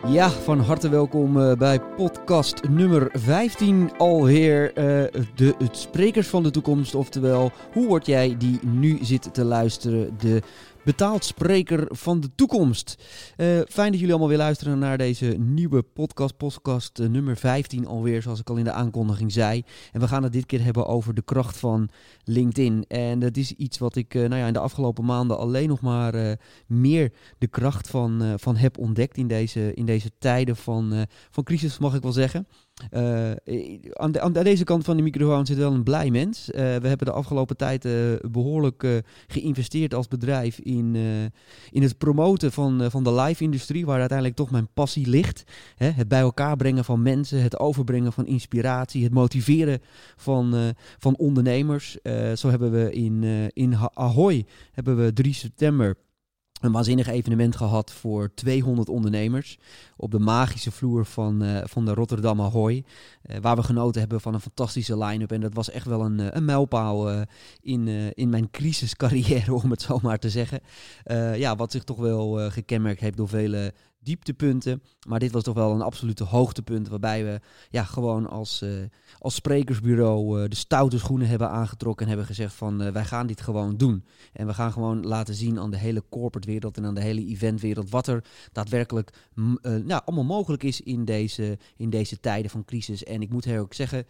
Ja, van harte welkom bij podcast nummer 15 alweer. Het Sprekers van de Toekomst, oftewel, hoe word jij die nu zit te luisteren, de betaald spreker van de toekomst. Fijn dat jullie allemaal weer luisteren naar deze nieuwe podcast nummer 15 alweer, zoals ik al in de aankondiging zei. En we gaan het dit keer hebben over de kracht van LinkedIn. En dat is iets wat ik in de afgelopen maanden alleen nog maar meer de kracht van heb ontdekt in deze tijden van crisis, mag ik wel zeggen. Aan deze kant van de microfoon zit wel een blij mens. We hebben de afgelopen tijd behoorlijk geïnvesteerd als bedrijf in het promoten van de live-industrie, waar uiteindelijk toch mijn passie ligt. Het bij elkaar brengen van mensen, het overbrengen van inspiratie, het motiveren van ondernemers. Zo hebben we in Ahoy 3 september een waanzinnig evenement gehad voor 200 ondernemers op de magische vloer van de Rotterdam Ahoy. Waar we genoten hebben van een fantastische line-up. En dat was echt wel een mijlpaal in mijn crisiscarrière, om het zo maar te zeggen. Wat zich toch wel gekenmerkt heeft door vele dieptepunten. Maar dit was toch wel een absolute hoogtepunt, waarbij we gewoon als sprekersbureau de stoute schoenen hebben aangetrokken en hebben gezegd van wij gaan dit gewoon doen. En we gaan gewoon laten zien aan de hele corporate wereld en aan de hele eventwereld wat er daadwerkelijk allemaal mogelijk is in deze tijden van crisis. En ik moet heel ook zeggen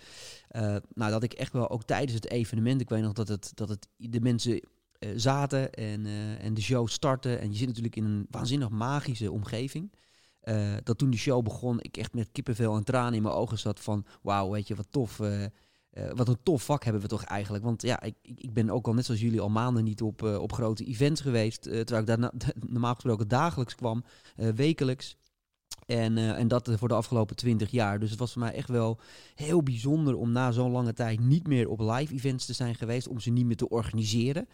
dat ik echt wel ook tijdens het evenement, ik weet nog dat de mensen zaten en de show startte. En je zit natuurlijk in een waanzinnig magische omgeving. Dat toen de show begon, ik echt met kippenvel en tranen in mijn ogen zat van wauw, weet je, wat tof. Wat een tof vak hebben we toch eigenlijk. Want ja, ik ben ook al net zoals jullie al maanden niet op grote events geweest. Terwijl ik daar normaal gesproken dagelijks kwam, wekelijks. En dat voor de afgelopen 20 jaar. Dus het was voor mij echt wel heel bijzonder om na zo'n lange tijd niet meer op live events te zijn geweest. Om ze niet meer te organiseren.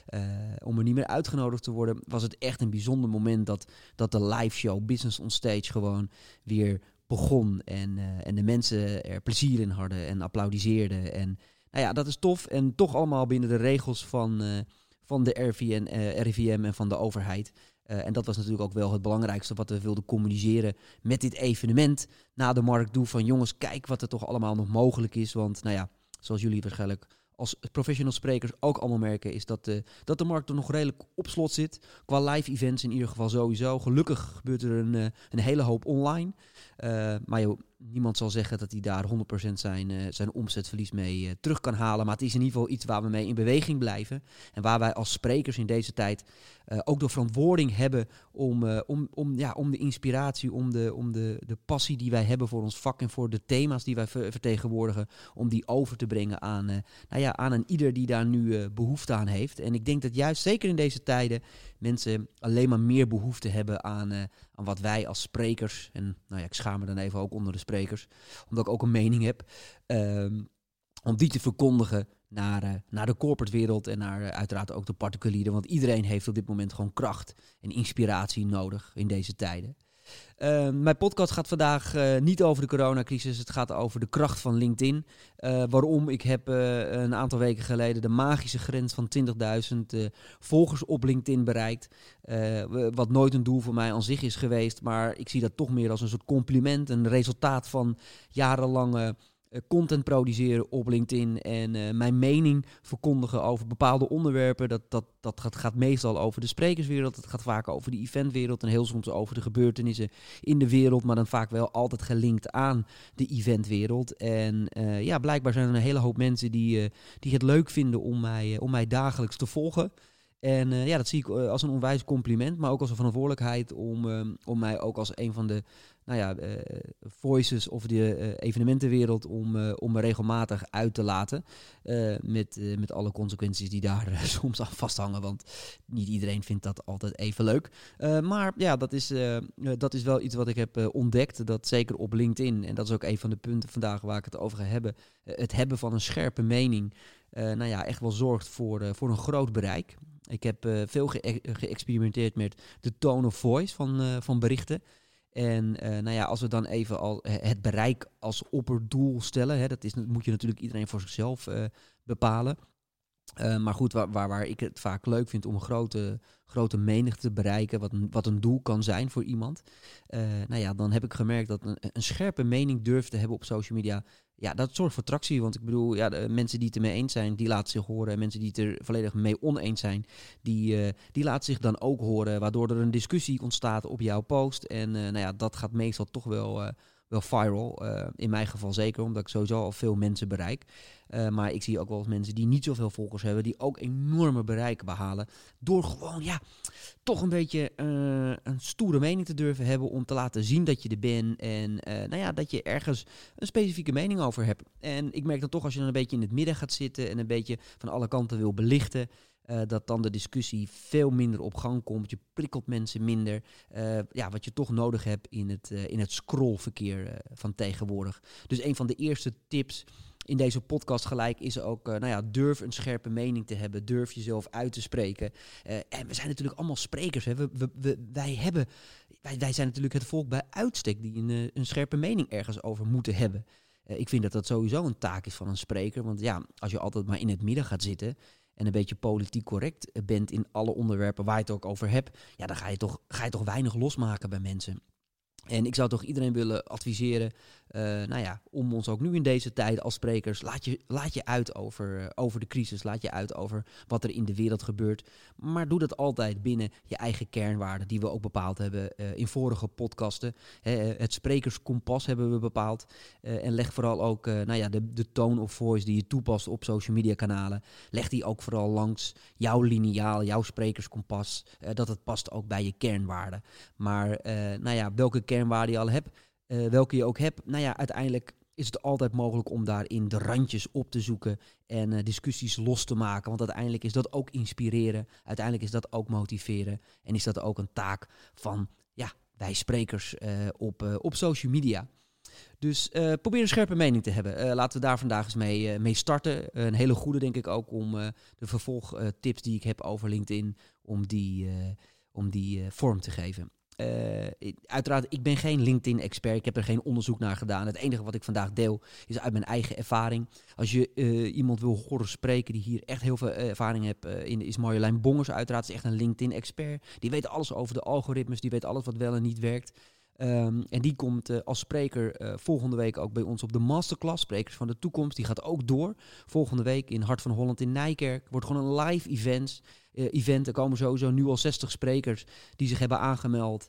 Om er niet meer uitgenodigd te worden. Was het echt een bijzonder moment dat de live show Business on Stage gewoon weer begon. En de mensen er plezier in hadden en applaudisseerden. En dat is tof. En toch allemaal binnen de regels van de RIVM en van de overheid. En dat was natuurlijk ook wel het belangrijkste wat we wilden communiceren met dit evenement naar de markt toe. Van jongens, kijk wat er toch allemaal nog mogelijk is. Want zoals jullie waarschijnlijk als professional sprekers ook allemaal merken, is dat de markt er nog redelijk op slot zit. Qua live events in ieder geval sowieso. Gelukkig gebeurt er een hele hoop online. Maar niemand zal zeggen dat hij daar 100% zijn omzetverlies mee terug kan halen. Maar het is in ieder geval iets waar we mee in beweging blijven. En waar wij als sprekers in deze tijd ook de verantwoording hebben om de inspiratie, om de passie die wij hebben voor ons vak en voor de thema's die wij vertegenwoordigen, om die over te brengen aan een ieder die daar nu behoefte aan heeft. En ik denk dat juist zeker in deze tijden mensen alleen maar meer behoefte hebben aan wat wij als sprekers, en ik schaam me dan even ook onder de sprekers, omdat ik ook een mening heb, om die te verkondigen naar de corporate wereld en naar uiteraard ook de particulieren. Want iedereen heeft op dit moment gewoon kracht en inspiratie nodig in deze tijden. Mijn podcast gaat vandaag niet over de coronacrisis. Het gaat over de kracht van LinkedIn. Waarom? Ik heb een aantal weken geleden de magische grens van 20.000 volgers op LinkedIn bereikt. Wat nooit een doel voor mij aan zich is geweest. Maar ik zie dat toch meer als een soort compliment. Een resultaat van jarenlange content produceren op LinkedIn en mijn mening verkondigen over bepaalde onderwerpen. Dat gaat meestal over de sprekerswereld, het gaat vaak over de eventwereld en heel soms over de gebeurtenissen in de wereld, maar dan vaak wel altijd gelinkt aan de eventwereld. En blijkbaar zijn er een hele hoop mensen die het leuk vinden om mij dagelijks te volgen. En dat zie ik als een onwijs compliment, maar ook als een verantwoordelijkheid om mij ook als een van de voices of de evenementenwereld om me regelmatig uit te laten. Met alle consequenties die daar soms aan vasthangen, want niet iedereen vindt dat altijd even leuk. Maar dat is wel iets wat ik heb ontdekt, dat zeker op LinkedIn, en dat is ook een van de punten vandaag waar ik het over ga hebben, het hebben van een scherpe mening, echt wel zorgt voor een groot bereik. Ik heb veel geëxperimenteerd met de tone of voice van berichten. En als we dan even al het bereik als opperdoel stellen, dat moet je natuurlijk iedereen voor zichzelf bepalen. Maar goed, waar ik het vaak leuk vind om een grote menigte te bereiken, wat een doel kan zijn voor iemand. Dan heb ik gemerkt dat een scherpe mening durven te hebben op social media, ja, dat zorgt voor tractie. Want ik bedoel, ja, de mensen die het ermee eens zijn, die laten zich horen. En mensen die het er volledig mee oneens zijn, die laten zich dan ook horen. Waardoor er een discussie ontstaat op jouw post. En dat gaat meestal toch wel viral. In mijn geval zeker, omdat ik sowieso al veel mensen bereik. Maar ik zie ook wel eens mensen die niet zoveel volgers hebben, die ook enorme bereik behalen. Door gewoon, toch een beetje een stoere mening te durven hebben om te laten zien dat je er bent. En dat je ergens een specifieke mening over hebt. En ik merk dan toch, als je dan een beetje in het midden gaat zitten en een beetje van alle kanten wil belichten, dat dan de discussie veel minder op gang komt. Je prikkelt mensen minder. Wat je toch nodig hebt in het scrollverkeer van tegenwoordig. Dus een van de eerste tips in deze podcast gelijk is ook, durf een scherpe mening te hebben. Durf jezelf uit te spreken. En we zijn natuurlijk allemaal sprekers. Hè. Wij zijn natuurlijk het volk bij uitstek die een scherpe mening ergens over moeten hebben. Ik vind dat sowieso een taak is van een spreker. Want ja, als je altijd maar in het midden gaat zitten en een beetje politiek correct bent in alle onderwerpen waar je het ook over hebt, ja, dan ga je toch weinig losmaken bij mensen. En ik zou toch iedereen willen adviseren, om ons ook nu in deze tijd als sprekers, laat je uit over de crisis, laat je uit over wat er in de wereld gebeurt. Maar doe dat altijd binnen je eigen kernwaarden, die we ook bepaald hebben in vorige podcasten. Het sprekerskompas hebben we bepaald. En leg vooral ook de tone of voice die je toepast op social media kanalen. Leg die ook vooral langs jouw lineaal, jouw sprekerskompas, dat het past ook bij je kernwaarden. Maar welke kernwaarden je al hebt, welke je ook hebt, uiteindelijk is het altijd mogelijk om daarin de randjes op te zoeken en discussies los te maken. Want uiteindelijk is dat ook inspireren, uiteindelijk is dat ook motiveren en is dat ook een taak van wij sprekers op social media. Dus probeer een scherpe mening te hebben. Laten we daar vandaag eens mee starten. Een hele goede, denk ik ook, om de vervolgtips die ik heb over LinkedIn, om die vorm te geven. Uiteraard, ik ben geen LinkedIn-expert. Ik heb er geen onderzoek naar gedaan. Het enige wat ik vandaag deel is uit mijn eigen ervaring. Als je iemand wil horen spreken die hier echt heel veel ervaring heeft, is Marjolein Bongers uiteraard. Is echt een LinkedIn-expert. Die weet alles over de algoritmes. Die weet alles wat wel en niet werkt. En die komt als spreker volgende week ook bij ons op de masterclass, Sprekers van de Toekomst. Die gaat ook door. Volgende week in Hart van Holland in Nijkerk. Wordt gewoon een live event. Er komen sowieso nu al 60 sprekers die zich hebben aangemeld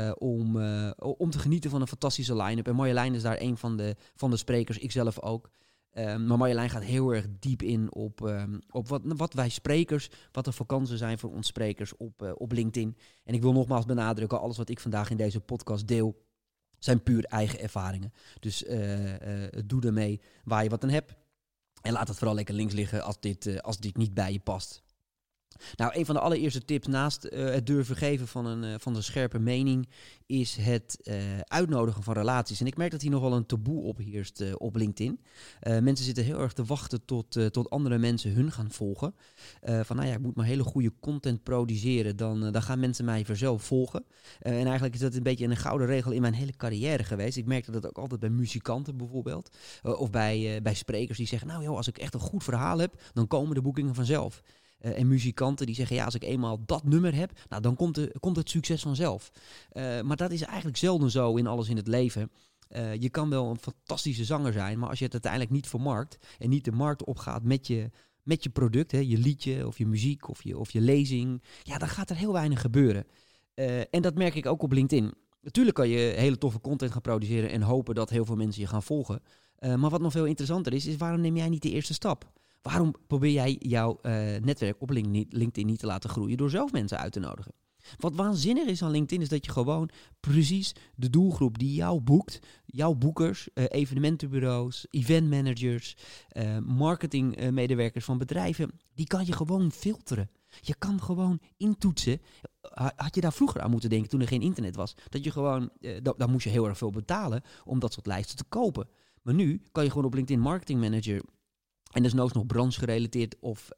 om te genieten van een fantastische line-up. En Marjolein is daar een van de sprekers, ikzelf ook. Maar Marjolein gaat heel erg diep in op wat wij sprekers, wat de kansen zijn voor ons sprekers op LinkedIn. En ik wil nogmaals benadrukken, alles wat ik vandaag in deze podcast deel, zijn puur eigen ervaringen. Dus doe ermee waar je wat aan hebt. En laat het vooral lekker links liggen als dit niet bij je past. Nou, een van de allereerste tips naast het durven geven van een scherpe mening is het uitnodigen van relaties. En ik merk dat hier nogal een taboe opheerst op LinkedIn. Mensen zitten heel erg te wachten tot andere mensen hun gaan volgen. Ik moet maar hele goede content produceren, dan gaan mensen mij vanzelf volgen. En eigenlijk is dat een beetje een gouden regel in mijn hele carrière geweest. Ik merkte dat ook altijd bij muzikanten bijvoorbeeld. Of bij sprekers die zeggen, als ik echt een goed verhaal heb, dan komen de boekingen vanzelf. En muzikanten die zeggen, als ik eenmaal dat nummer heb, dan komt het succes vanzelf. Maar dat is eigenlijk zelden zo in alles in het leven. Je kan wel een fantastische zanger zijn, maar als je het uiteindelijk niet vermarkt en niet de markt opgaat met je product, je liedje of je muziek of je lezing, dan gaat er heel weinig gebeuren. En dat merk ik ook op LinkedIn. Natuurlijk kan je hele toffe content gaan produceren en hopen dat heel veel mensen je gaan volgen. Maar wat nog veel interessanter is waarom neem jij niet de eerste stap? Waarom probeer jij jouw netwerk op LinkedIn niet te laten groeien door zelf mensen uit te nodigen? Wat waanzinnig is aan LinkedIn is dat je gewoon precies de doelgroep die jou boekt, jouw boekers, evenementenbureaus, eventmanagers, marketingmedewerkers van bedrijven, die kan je gewoon filteren. Je kan gewoon intoetsen. Had je daar vroeger aan moeten denken toen er geen internet was? Dat je gewoon, dan moest je heel erg veel betalen om dat soort lijsten te kopen. Maar nu kan je gewoon op LinkedIn Marketing Manager, en desnoods nog branchegerelateerd of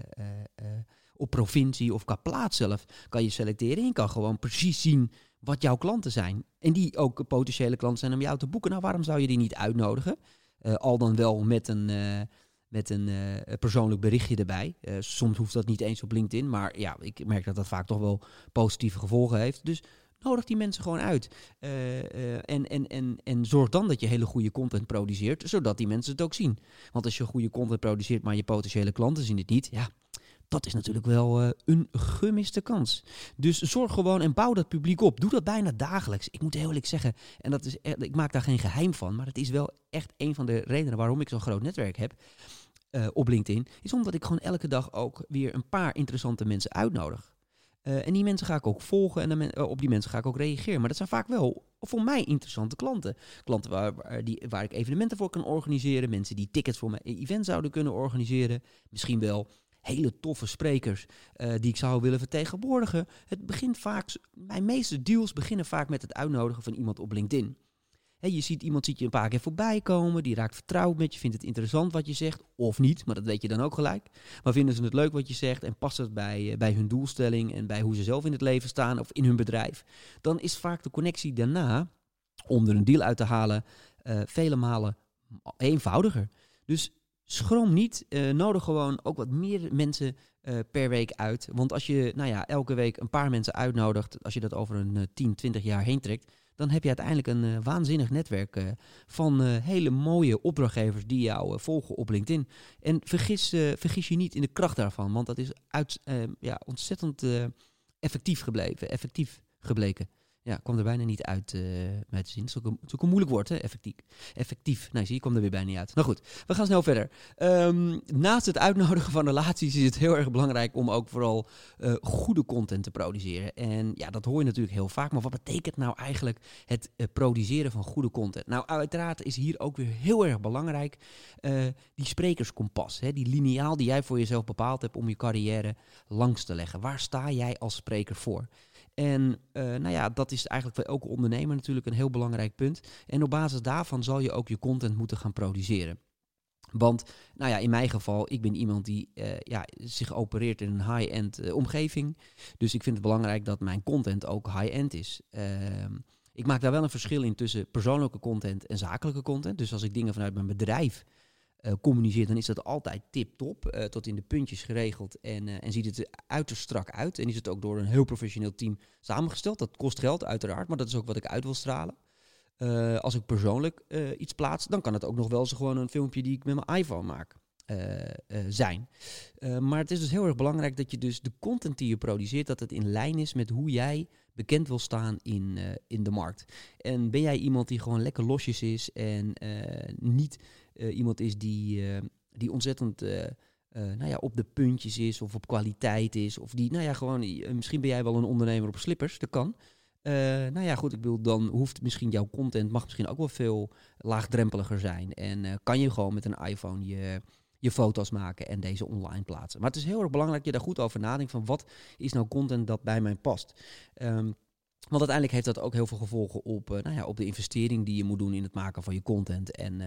op provincie of qua plaats zelf, kan je selecteren. En je kan gewoon precies zien wat jouw klanten zijn. En die ook potentiële klanten zijn om jou te boeken. Nou, waarom zou je die niet uitnodigen? Al dan wel met met een persoonlijk berichtje erbij. Soms hoeft dat niet eens op LinkedIn, maar ja, ik merk dat vaak toch wel positieve gevolgen heeft. Dus nodig die mensen gewoon uit. En zorg dan dat je hele goede content produceert, zodat die mensen het ook zien. Want als je goede content produceert, maar je potentiële klanten zien het niet, ja, dat is natuurlijk wel een gemiste kans. Dus zorg gewoon en bouw dat publiek op. Doe dat bijna dagelijks. Ik moet heel eerlijk zeggen, en dat is echt, ik maak daar geen geheim van, maar het is wel echt een van de redenen waarom ik zo'n groot netwerk heb op LinkedIn, is omdat ik gewoon elke dag ook weer een paar interessante mensen uitnodig. En die mensen ga ik ook volgen en op die mensen ga ik ook reageren. Maar dat zijn vaak wel voor mij interessante klanten. Klanten waar ik evenementen voor kan organiseren. Mensen die tickets voor mijn event zouden kunnen organiseren. Misschien wel hele toffe sprekers die ik zou willen vertegenwoordigen. Het begint vaak, mijn meeste deals beginnen vaak met het uitnodigen van iemand op LinkedIn. Je ziet iemand je een paar keer voorbij komen, die raakt vertrouwd met je, vindt het interessant wat je zegt, of niet, maar dat weet je dan ook gelijk. Maar vinden ze het leuk wat je zegt en past het bij hun doelstelling en bij hoe ze zelf in het leven staan of in hun bedrijf, dan is vaak de connectie daarna, om er een deal uit te halen, vele malen eenvoudiger. Dus schroom niet, nodig gewoon ook wat meer mensen per week uit. Want als je elke week een paar mensen uitnodigt, als je dat over een 10, 20 jaar heen trekt, dan heb je uiteindelijk een waanzinnig netwerk van hele mooie opdrachtgevers die jou volgen op LinkedIn. En vergis je niet in de kracht daarvan, want dat is ontzettend effectief gebleken. Ja, kwam er bijna niet uit met de zin. Het is ook een moeilijk woord, hè? Effectief. Nee, zie je, kwam er weer bijna niet uit. Nou goed, we gaan snel verder. Naast het uitnodigen van relaties is het heel erg belangrijk om ook vooral goede content te produceren. En ja, dat hoor je natuurlijk heel vaak. Maar wat betekent nou eigenlijk het produceren van goede content? Nou, uiteraard is hier ook weer heel erg belangrijk die sprekerskompas. Hè? Die lineaal die jij voor jezelf bepaald hebt om je carrière langs te leggen. Waar sta jij als spreker voor? En dat is eigenlijk voor elke ondernemer natuurlijk een heel belangrijk punt. En op basis daarvan zal je ook je content moeten gaan produceren. Want in mijn geval, ik ben iemand die zich opereert in een high-end omgeving. Dus ik vind het belangrijk dat mijn content ook high-end is. Ik maak daar wel een verschil in tussen persoonlijke content en zakelijke content. Dus als ik dingen vanuit mijn bedrijf communiceert, dan is dat altijd tip-top, tot in de puntjes geregeld en ziet het er uiterst strak uit. En is het ook door een heel professioneel team samengesteld. Dat kost geld uiteraard, maar dat is ook wat ik uit wil stralen. Als ik persoonlijk iets plaats, dan kan het ook nog wel eens gewoon een filmpje die ik met mijn iPhone maak zijn. Maar het is dus heel erg belangrijk dat je dus de content die je produceert, dat het in lijn is met hoe jij bekend wil staan in de markt. En ben jij iemand die gewoon lekker losjes is en niet iemand is die ontzettend op de puntjes is of op kwaliteit is. Of die, misschien ben jij wel een ondernemer op slippers, dat kan. Ik bedoel, dan hoeft misschien jouw content, mag misschien ook wel veel laagdrempeliger zijn. En kan je gewoon met een iPhone je foto's maken en deze online plaatsen. Maar het is heel erg belangrijk dat je daar goed over nadenkt van wat is nou content dat bij mij past. Want uiteindelijk heeft dat ook heel veel gevolgen op de investering die je moet doen in het maken van je content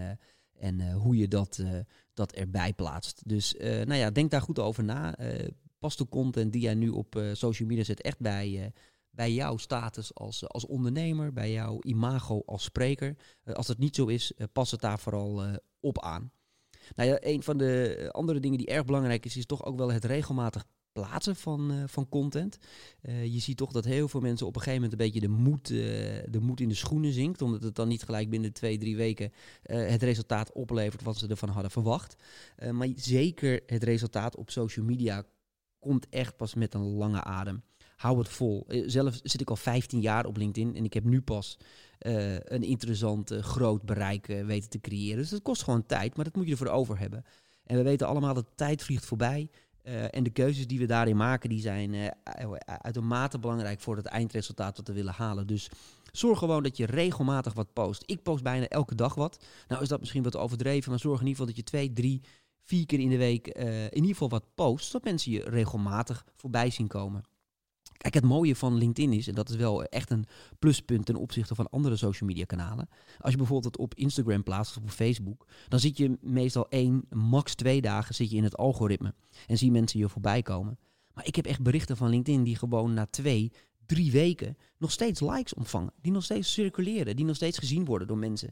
en hoe je dat erbij plaatst. Dus denk daar goed over na. Past de content die jij nu op social media zet echt bij jouw status als ondernemer, bij jouw imago als spreker? Als dat niet zo is, pas het daar vooral op aan. Een van de andere dingen die erg belangrijk is toch ook wel het regelmatig plaatsen van content. Je ziet toch dat heel veel mensen op een gegeven moment een beetje de moed in de schoenen zinkt, omdat het dan niet gelijk binnen 2-3 weken het resultaat oplevert wat ze ervan hadden verwacht. Maar zeker het resultaat op social media komt echt pas met een lange adem. Hou het vol. Zelf zit ik al 15 jaar op LinkedIn en ik heb nu pas een interessant groot bereik weten te creëren. Dus dat kost gewoon tijd, maar dat moet je ervoor over hebben. En we weten allemaal dat tijd vliegt voorbij. En de keuzes die we daarin maken, die zijn uitermate belangrijk voor het eindresultaat wat we willen halen. Dus zorg gewoon dat je regelmatig wat post. Ik post bijna elke dag wat. Nou is dat misschien wat overdreven, maar zorg in ieder geval dat je 2, 3, 4 keer in de week in ieder geval wat post, zodat mensen je regelmatig voorbij zien komen. Kijk, het mooie van LinkedIn is, en dat is wel echt een pluspunt ten opzichte van andere social media kanalen. Als je bijvoorbeeld het op Instagram plaatst of op Facebook, dan zit je meestal 1, max 2 dagen zit je in het algoritme. En zien mensen je voorbij komen. Maar ik heb echt berichten van LinkedIn die gewoon na 2, 3 weken nog steeds likes ontvangen. Die nog steeds circuleren, die nog steeds gezien worden door mensen.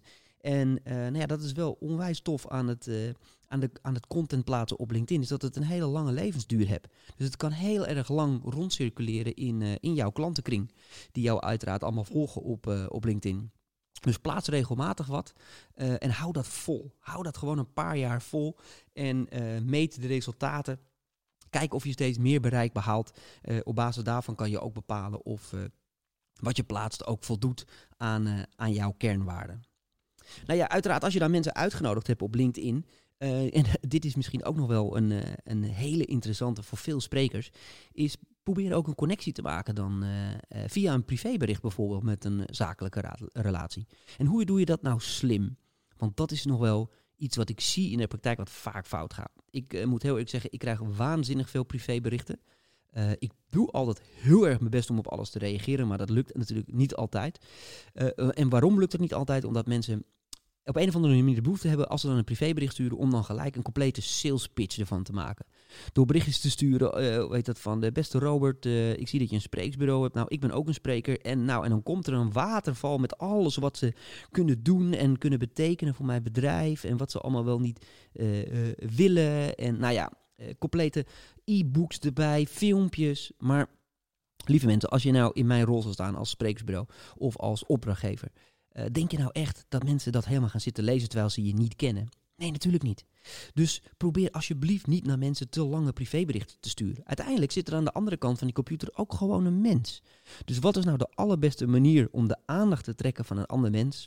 En dat is wel onwijs tof aan het content plaatsen op LinkedIn, is dat het een hele lange levensduur hebt. Dus het kan heel erg lang rondcirculeren in jouw klantenkring, die jou uiteraard allemaal volgen op LinkedIn. Dus plaats regelmatig wat en hou dat vol. Hou dat gewoon een paar jaar vol en meet de resultaten. Kijk of je steeds meer bereik behaalt. Op basis daarvan kan je ook bepalen of wat je plaatst ook voldoet aan jouw kernwaarden. Nou ja, uiteraard als je dan mensen uitgenodigd hebt op LinkedIn, en dit is misschien ook nog wel een hele interessante voor veel sprekers, is probeer ook een connectie te maken dan via een privébericht bijvoorbeeld met een zakelijke relatie. En hoe doe je dat nou slim? Want dat is nog wel iets wat ik zie in de praktijk wat vaak fout gaat. Ik moet heel eerlijk zeggen, ik krijg waanzinnig veel privéberichten. Ik doe altijd heel erg mijn best om op alles te reageren, maar dat lukt natuurlijk niet altijd. En waarom lukt het niet altijd? Omdat mensen op een of andere manier de behoefte hebben, als ze dan een privébericht sturen, om dan gelijk een complete sales pitch ervan te maken. Door berichtjes te sturen, van de beste Robert, ik zie dat je een spreeksbureau hebt. Nou, ik ben ook een spreker. En dan komt er een waterval met alles wat ze kunnen doen en kunnen betekenen voor mijn bedrijf. En wat ze allemaal wel niet willen. En complete e-books erbij, filmpjes. Maar lieve mensen, als je nou in mijn rol zou staan als spreeksbureau of als opdrachtgever, denk je nou echt dat mensen dat helemaal gaan zitten lezen terwijl ze je niet kennen? Nee, natuurlijk niet. Dus probeer alsjeblieft niet naar mensen te lange privéberichten te sturen. Uiteindelijk zit er aan de andere kant van die computer ook gewoon een mens. Dus wat is nou de allerbeste manier om de aandacht te trekken van een ander mens?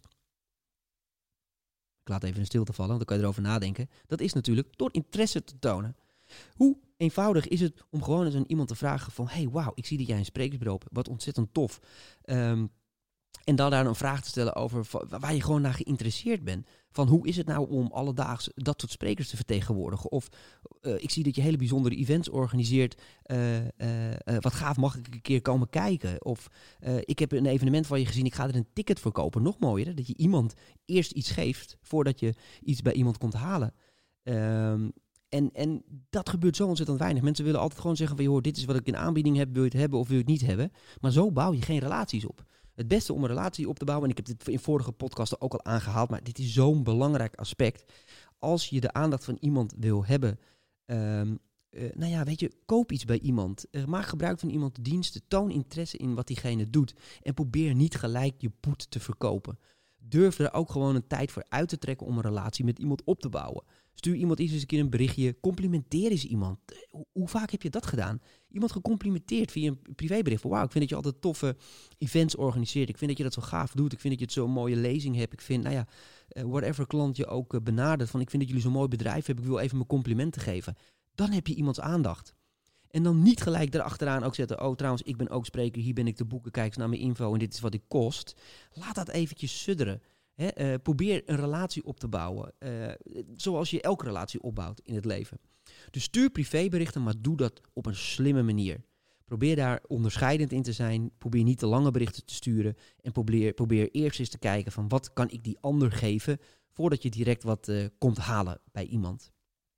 Ik laat even een stilte vallen, want dan kan je erover nadenken. Dat is natuurlijk door interesse te tonen. Hoe eenvoudig is het om gewoon eens aan iemand te vragen van, hey, wauw, ik zie dat jij een sprekersbureau hebt. Wat ontzettend tof. En dan daar een vraag te stellen over waar je gewoon naar geïnteresseerd bent. Van hoe is het nou om alledaags dat soort sprekers te vertegenwoordigen? Of ik zie dat je hele bijzondere events organiseert. Wat gaaf, mag ik een keer komen kijken? Of ik heb een evenement van je gezien, ik ga er een ticket voor kopen. Nog mooier, dat je iemand eerst iets geeft voordat je iets bij iemand komt halen. En dat gebeurt zo ontzettend weinig. Mensen willen altijd gewoon zeggen van, joh, dit is wat ik in aanbieding heb. Wil je het hebben of wil je het niet hebben? Maar zo bouw je geen relaties op. Het beste om een relatie op te bouwen, en ik heb dit in vorige podcasten ook al aangehaald, maar dit is zo'n belangrijk aspect. Als je de aandacht van iemand wil hebben, koop iets bij iemand. Maak gebruik van iemands diensten. Toon interesse in wat diegene doet. En probeer niet gelijk je poet te verkopen. Durf er ook gewoon een tijd voor uit te trekken om een relatie met iemand op te bouwen. Stuur iemand eens een keer een berichtje. Complimenteer eens iemand. Hoe vaak heb je dat gedaan? Iemand gecomplimenteerd via een privébericht. Wauw, ik vind dat je altijd toffe events organiseert. Ik vind dat je dat zo gaaf doet. Ik vind dat je het zo'n mooie lezing hebt. Ik vind, whatever klant je ook benadert. Van, ik vind dat jullie zo'n mooi bedrijf hebben. Ik wil even mijn complimenten geven. Dan heb je iemands aandacht. En dan niet gelijk erachteraan ook zetten. Oh, trouwens, ik ben ook spreker. Hier ben ik te boeken. Kijk eens naar mijn info en dit is wat ik kost. Laat dat eventjes sudderen. Probeer een relatie op te bouwen. Zoals je elke relatie opbouwt in het leven. Dus stuur privéberichten, maar doe dat op een slimme manier. Probeer daar onderscheidend in te zijn. Probeer niet te lange berichten te sturen. En probeer eerst eens te kijken van wat kan ik die ander geven voordat je direct wat komt halen bij iemand.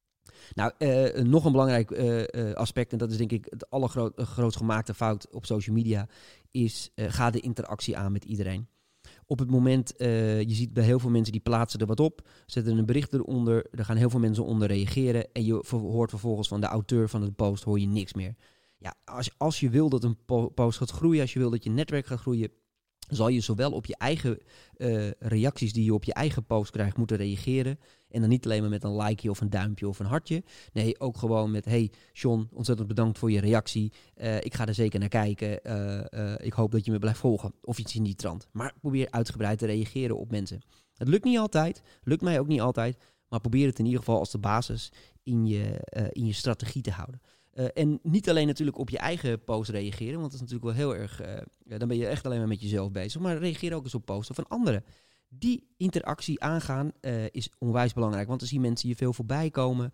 Nou, nog een belangrijk aspect, en dat is denk ik het allergrootst gemaakte fout op social media, is ga de interactie aan met iedereen. Op het moment, je ziet bij heel veel mensen die plaatsen er wat op, zetten een bericht eronder, er gaan heel veel mensen onder reageren en je hoort vervolgens van de auteur van de post hoor je niks meer. Ja, als je wil dat een post gaat groeien, als je wil dat je netwerk gaat groeien, zal je zowel op je eigen reacties die je op je eigen post krijgt moeten reageren. En dan niet alleen maar met een likeje of een duimpje of een hartje. Nee, ook gewoon met, hey John, ontzettend bedankt voor je reactie. Ik ga er zeker naar kijken. Ik hoop dat je me blijft volgen. Of iets in die trant. Maar probeer uitgebreid te reageren op mensen. Het lukt niet altijd. Lukt mij ook niet altijd. Maar probeer het in ieder geval als de basis in je strategie te houden. En niet alleen natuurlijk op je eigen post reageren, want dat is natuurlijk wel heel erg, dan ben je echt alleen maar met jezelf bezig. Maar reageer ook eens op posten van anderen. Die interactie aangaan is onwijs belangrijk, want dan zien mensen je veel voorbij komen.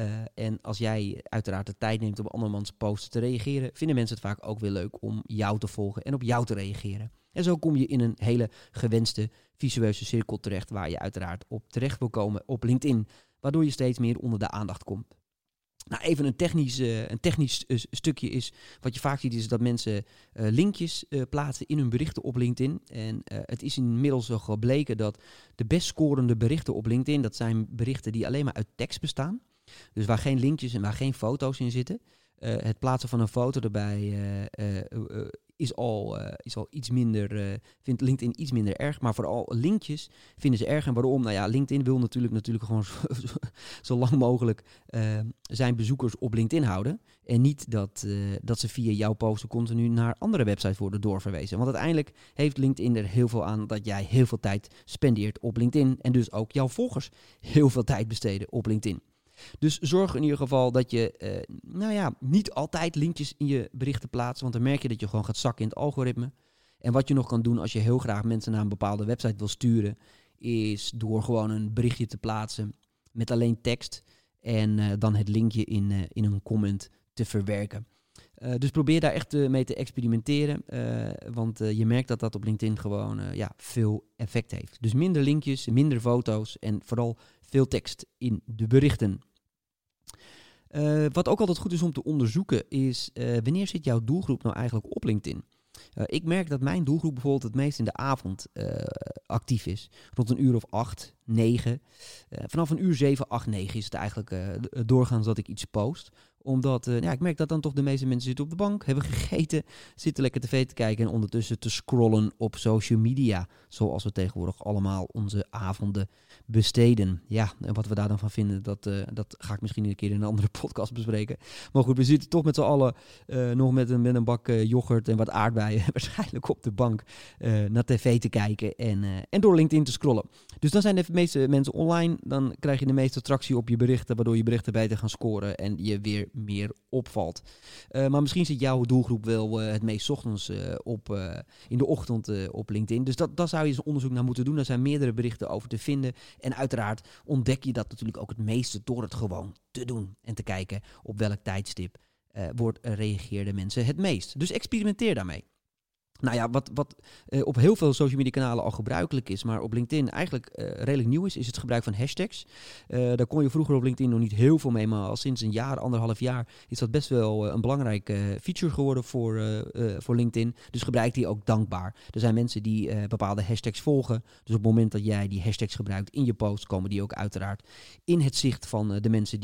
En als jij uiteraard de tijd neemt om andermans posten te reageren, vinden mensen het vaak ook weer leuk om jou te volgen en op jou te reageren. En zo kom je in een hele gewenste visueuze cirkel terecht, waar je uiteraard op terecht wil komen op LinkedIn, waardoor je steeds meer onder de aandacht komt. Nou, even een technisch stukje is, wat je vaak ziet, is dat mensen linkjes plaatsen in hun berichten op LinkedIn. En het is inmiddels al gebleken dat de best scorende berichten op LinkedIn, dat zijn berichten die alleen maar uit tekst bestaan. Dus waar geen linkjes en waar geen foto's in zitten. Het plaatsen van een foto erbij is al iets minder, vindt LinkedIn iets minder erg. Maar vooral linkjes vinden ze erg. En waarom? Nou ja, LinkedIn wil natuurlijk gewoon zo lang mogelijk zijn bezoekers op LinkedIn houden. En niet dat ze via jouw posten continu naar andere websites worden doorverwezen. Want uiteindelijk heeft LinkedIn er heel veel aan dat jij heel veel tijd spendeert op LinkedIn. En dus ook jouw volgers heel veel tijd besteden op LinkedIn. Dus zorg in ieder geval dat je niet altijd linkjes in je berichten plaatst. Want dan merk je dat je gewoon gaat zakken in het algoritme. En wat je nog kan doen als je heel graag mensen naar een bepaalde website wil sturen, is door gewoon een berichtje te plaatsen met alleen tekst. En dan het linkje in een comment te verwerken. Dus probeer daar echt mee te experimenteren. Want je merkt dat op LinkedIn gewoon veel effect heeft. Dus minder linkjes, minder foto's en vooral veel tekst in de berichten. Wat ook altijd goed is om te onderzoeken is, wanneer zit jouw doelgroep nou eigenlijk op LinkedIn? Ik merk dat mijn doelgroep bijvoorbeeld het meest in de avond actief is. Rond een uur of 8, 9. Vanaf een uur 7, 8, 9 is het eigenlijk doorgaans dat ik iets post. Omdat ik merk dat dan toch de meeste mensen zitten op de bank, hebben gegeten, zitten lekker tv te kijken en ondertussen te scrollen op social media. Zoals we tegenwoordig allemaal onze avonden besteden. Ja, en wat we daar dan van vinden, dat ga ik misschien een keer in een andere podcast bespreken. Maar goed, we zitten toch met z'n allen nog met een bak yoghurt en wat aardbeien waarschijnlijk op de bank naar tv te kijken en door LinkedIn te scrollen. Dus dan zijn de meeste mensen online, dan krijg je de meeste tractie op je berichten, waardoor je berichten beter gaan scoren en je weer meer opvalt. Maar misschien zit jouw doelgroep wel het meest ochtends in de ochtend op LinkedIn. Dus daar zou je eens onderzoek naar moeten doen. Daar zijn meerdere berichten over te vinden. En uiteraard ontdek je dat natuurlijk ook het meeste door het gewoon te doen. En te kijken op welk tijdstip reageerden mensen het meest. Dus experimenteer daarmee. Nou ja, wat op heel veel social media kanalen al gebruikelijk is, maar op LinkedIn eigenlijk redelijk nieuw is het gebruik van hashtags. Daar kon je vroeger op LinkedIn nog niet heel veel mee, maar al sinds een jaar, 1,5 jaar is dat best wel een belangrijke feature geworden voor LinkedIn. Dus gebruik die ook dankbaar. Er zijn mensen die bepaalde hashtags volgen. Dus op het moment dat jij die hashtags gebruikt in je post, komen die ook uiteraard in het zicht van de mensen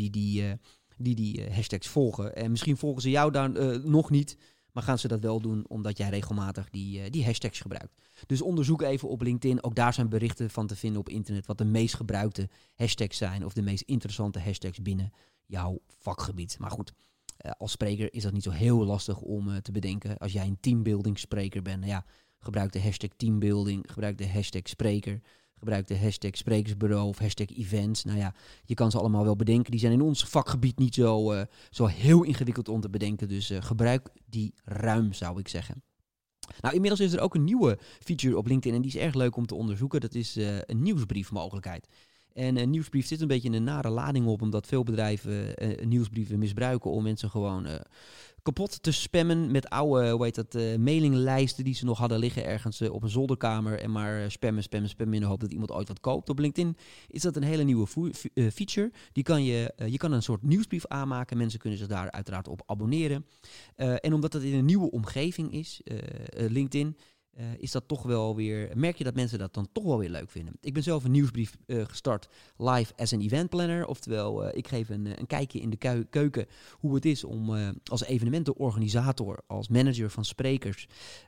die hashtags volgen. En misschien volgen ze jou daar nog niet, maar gaan ze dat wel doen omdat jij regelmatig die hashtags gebruikt. Dus onderzoek even op LinkedIn. Ook daar zijn berichten van te vinden op internet wat de meest gebruikte hashtags zijn of de meest interessante hashtags binnen jouw vakgebied. Maar goed, als spreker is dat niet zo heel lastig om te bedenken. Als jij een teambuilding spreker bent, gebruik de hashtag teambuilding, gebruik de hashtag spreker, gebruik de hashtag sprekersbureau of hashtag events. Nou ja, je kan ze allemaal wel bedenken. Die zijn in ons vakgebied niet zo heel ingewikkeld om te bedenken. Dus gebruik die ruim, zou ik zeggen. Nou, inmiddels is er ook een nieuwe feature op LinkedIn en die is erg leuk om te onderzoeken. Dat is een nieuwsbriefmogelijkheid. En een nieuwsbrief zit een beetje een nare lading op, omdat veel bedrijven nieuwsbrieven misbruiken om mensen gewoon kapot te spammen met oude, mailinglijsten die ze nog hadden liggen ergens op een zolderkamer en maar spammen in de hoop dat iemand ooit wat koopt. Op LinkedIn is dat een hele nieuwe feature. Je kan een soort nieuwsbrief aanmaken. Mensen kunnen zich daar uiteraard op abonneren. En omdat het in een nieuwe omgeving is, LinkedIn, is dat toch wel weer, merk je dat mensen dat dan toch wel weer leuk vinden. Ik ben zelf een nieuwsbrief gestart live as an event planner. Oftewel, ik geef een kijkje in de keuken hoe het is om als evenementenorganisator, als manager van sprekers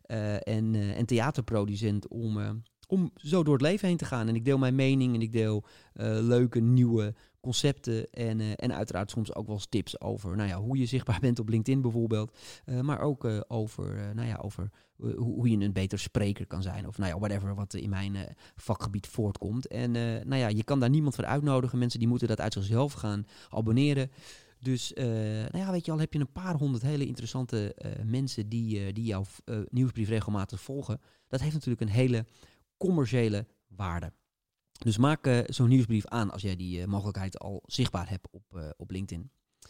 en theaterproducent om zo door het leven heen te gaan. En ik deel mijn mening en ik deel leuke nieuwe concepten en uiteraard soms ook wel eens tips over hoe je zichtbaar bent op LinkedIn bijvoorbeeld. Maar ook over hoe je een beter spreker kan zijn. Of whatever wat in mijn vakgebied voortkomt. En je kan daar niemand voor uitnodigen. Mensen die moeten dat uit zichzelf gaan abonneren. Dus weet je al, heb je een paar honderd hele interessante mensen die jouw nieuwsbrief regelmatig volgen. Dat heeft natuurlijk een hele commerciële waarde. Dus maak zo'n nieuwsbrief aan als jij die mogelijkheid al zichtbaar hebt op LinkedIn.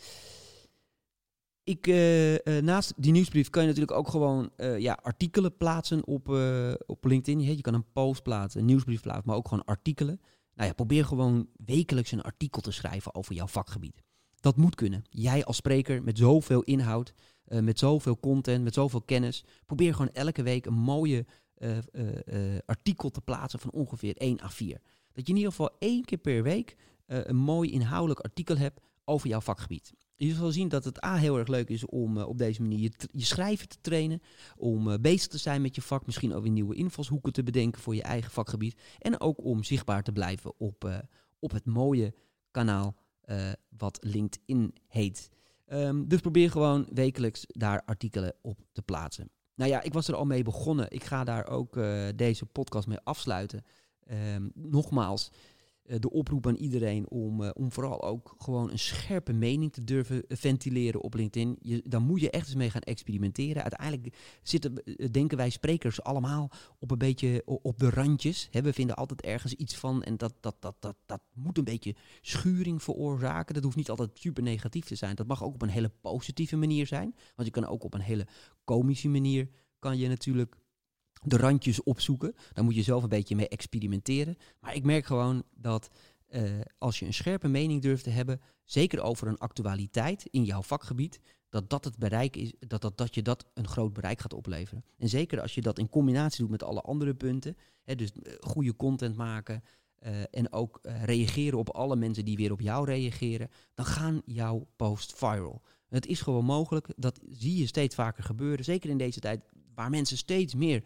Naast die nieuwsbrief kan je natuurlijk ook gewoon artikelen plaatsen op LinkedIn. Je kan een post plaatsen, een nieuwsbrief plaatsen, maar ook gewoon artikelen. Probeer gewoon wekelijks een artikel te schrijven over jouw vakgebied. Dat moet kunnen. Jij als spreker met zoveel inhoud, met zoveel content, met zoveel kennis. Probeer gewoon elke week een mooie artikel te plaatsen van ongeveer 1 à 4. Dat je in ieder geval 1 keer per week een mooi inhoudelijk artikel hebt over jouw vakgebied. Je zal zien dat het heel erg leuk is om op deze manier je schrijven te trainen. Om bezig te zijn met je vak. Misschien ook weer nieuwe invalshoeken te bedenken voor je eigen vakgebied. En ook om zichtbaar te blijven op het mooie kanaal wat LinkedIn heet. Dus probeer gewoon wekelijks daar artikelen op te plaatsen. Nou ja, ik was er al mee begonnen. Ik ga daar ook deze podcast mee afsluiten. Nogmaals, de oproep aan iedereen om vooral ook gewoon een scherpe mening te durven ventileren op LinkedIn. Daar moet je echt eens mee gaan experimenteren. Uiteindelijk denken wij sprekers allemaal op een beetje op de randjes. We vinden altijd ergens iets van en dat moet een beetje schuring veroorzaken. Dat hoeft niet altijd super negatief te zijn. Dat mag ook op een hele positieve manier zijn. Want je kan ook op een hele komische manier kan je natuurlijk de randjes opzoeken. Daar moet je zelf een beetje mee experimenteren. Maar ik merk gewoon dat als je een scherpe mening durft te hebben, zeker over een actualiteit in jouw vakgebied, dat het bereik is, dat je dat een groot bereik gaat opleveren. En zeker als je dat in combinatie doet met alle andere punten, dus goede content maken en ook reageren op alle mensen die weer op jou reageren, dan gaan jouw posts viral. Het is gewoon mogelijk, dat zie je steeds vaker gebeuren, zeker in deze tijd waar mensen steeds meer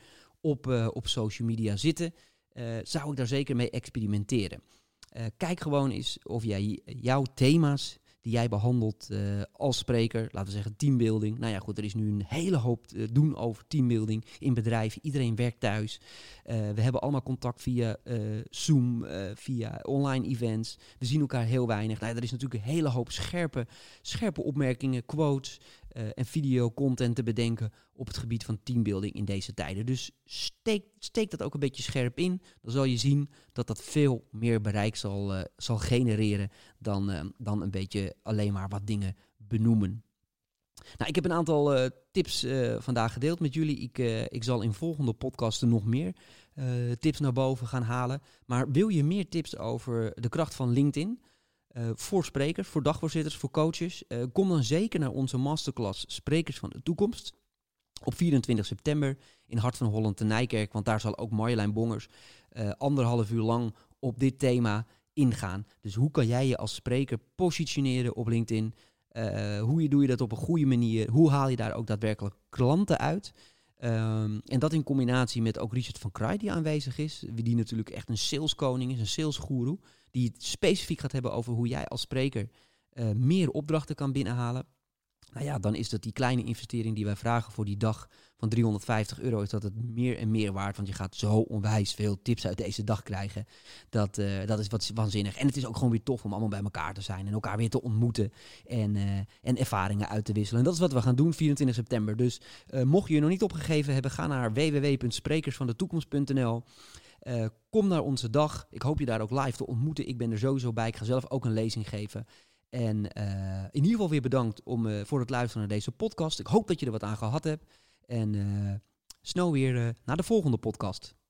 op social media zitten, zou ik daar zeker mee experimenteren. Kijk gewoon eens of jij jouw thema's die jij behandelt als spreker, laten we zeggen teambuilding. Nou ja goed, er is nu een hele hoop te doen over teambuilding in bedrijven. Iedereen werkt thuis. We hebben allemaal contact via Zoom, via online events. We zien elkaar heel weinig. Nou ja, er is natuurlijk een hele hoop scherpe opmerkingen, quotes en videocontent te bedenken op het gebied van teambuilding in deze tijden. Dus steek dat ook een beetje scherp in. Dan zal je zien dat dat veel meer bereik zal genereren dan een beetje alleen maar wat dingen benoemen. Nou, ik heb een aantal tips vandaag gedeeld met jullie. Ik zal in volgende podcasten nog meer tips naar boven gaan halen. Maar wil je meer tips over de kracht van LinkedIn? Voor sprekers, voor dagvoorzitters, voor coaches. Kom dan zeker naar onze masterclass Sprekers van de Toekomst. Op 24 september in Hart van Holland te Nijkerk. Want daar zal ook Marjolein Bongers 1,5 uur lang op dit thema ingaan. Dus hoe kan jij je als spreker positioneren op LinkedIn? Hoe doe je dat op een goede manier? Hoe haal je daar ook daadwerkelijk klanten uit? En dat in combinatie met ook Richard van Kraai die aanwezig is. Die natuurlijk echt een saleskoning is, een salesgoeroe. Die het specifiek gaat hebben over hoe jij als spreker meer opdrachten kan binnenhalen. Nou ja, dan is dat die kleine investering die wij vragen voor die dag van €350, is dat het meer en meer waard. Want je gaat zo onwijs veel tips uit deze dag krijgen. Dat is wat waanzinnig. En het is ook gewoon weer tof om allemaal bij elkaar te zijn en elkaar weer te ontmoeten en ervaringen uit te wisselen. En dat is wat we gaan doen 24 september. Dus mocht je je nog niet opgegeven hebben, ga naar www.sprekersvandetoekomst.nl. Kom naar onze dag. Ik hoop je daar ook live te ontmoeten. Ik ben er sowieso bij. Ik ga zelf ook een lezing geven. En in ieder geval weer bedankt voor het luisteren naar deze podcast. Ik hoop dat je er wat aan gehad hebt. En snel weer naar de volgende podcast.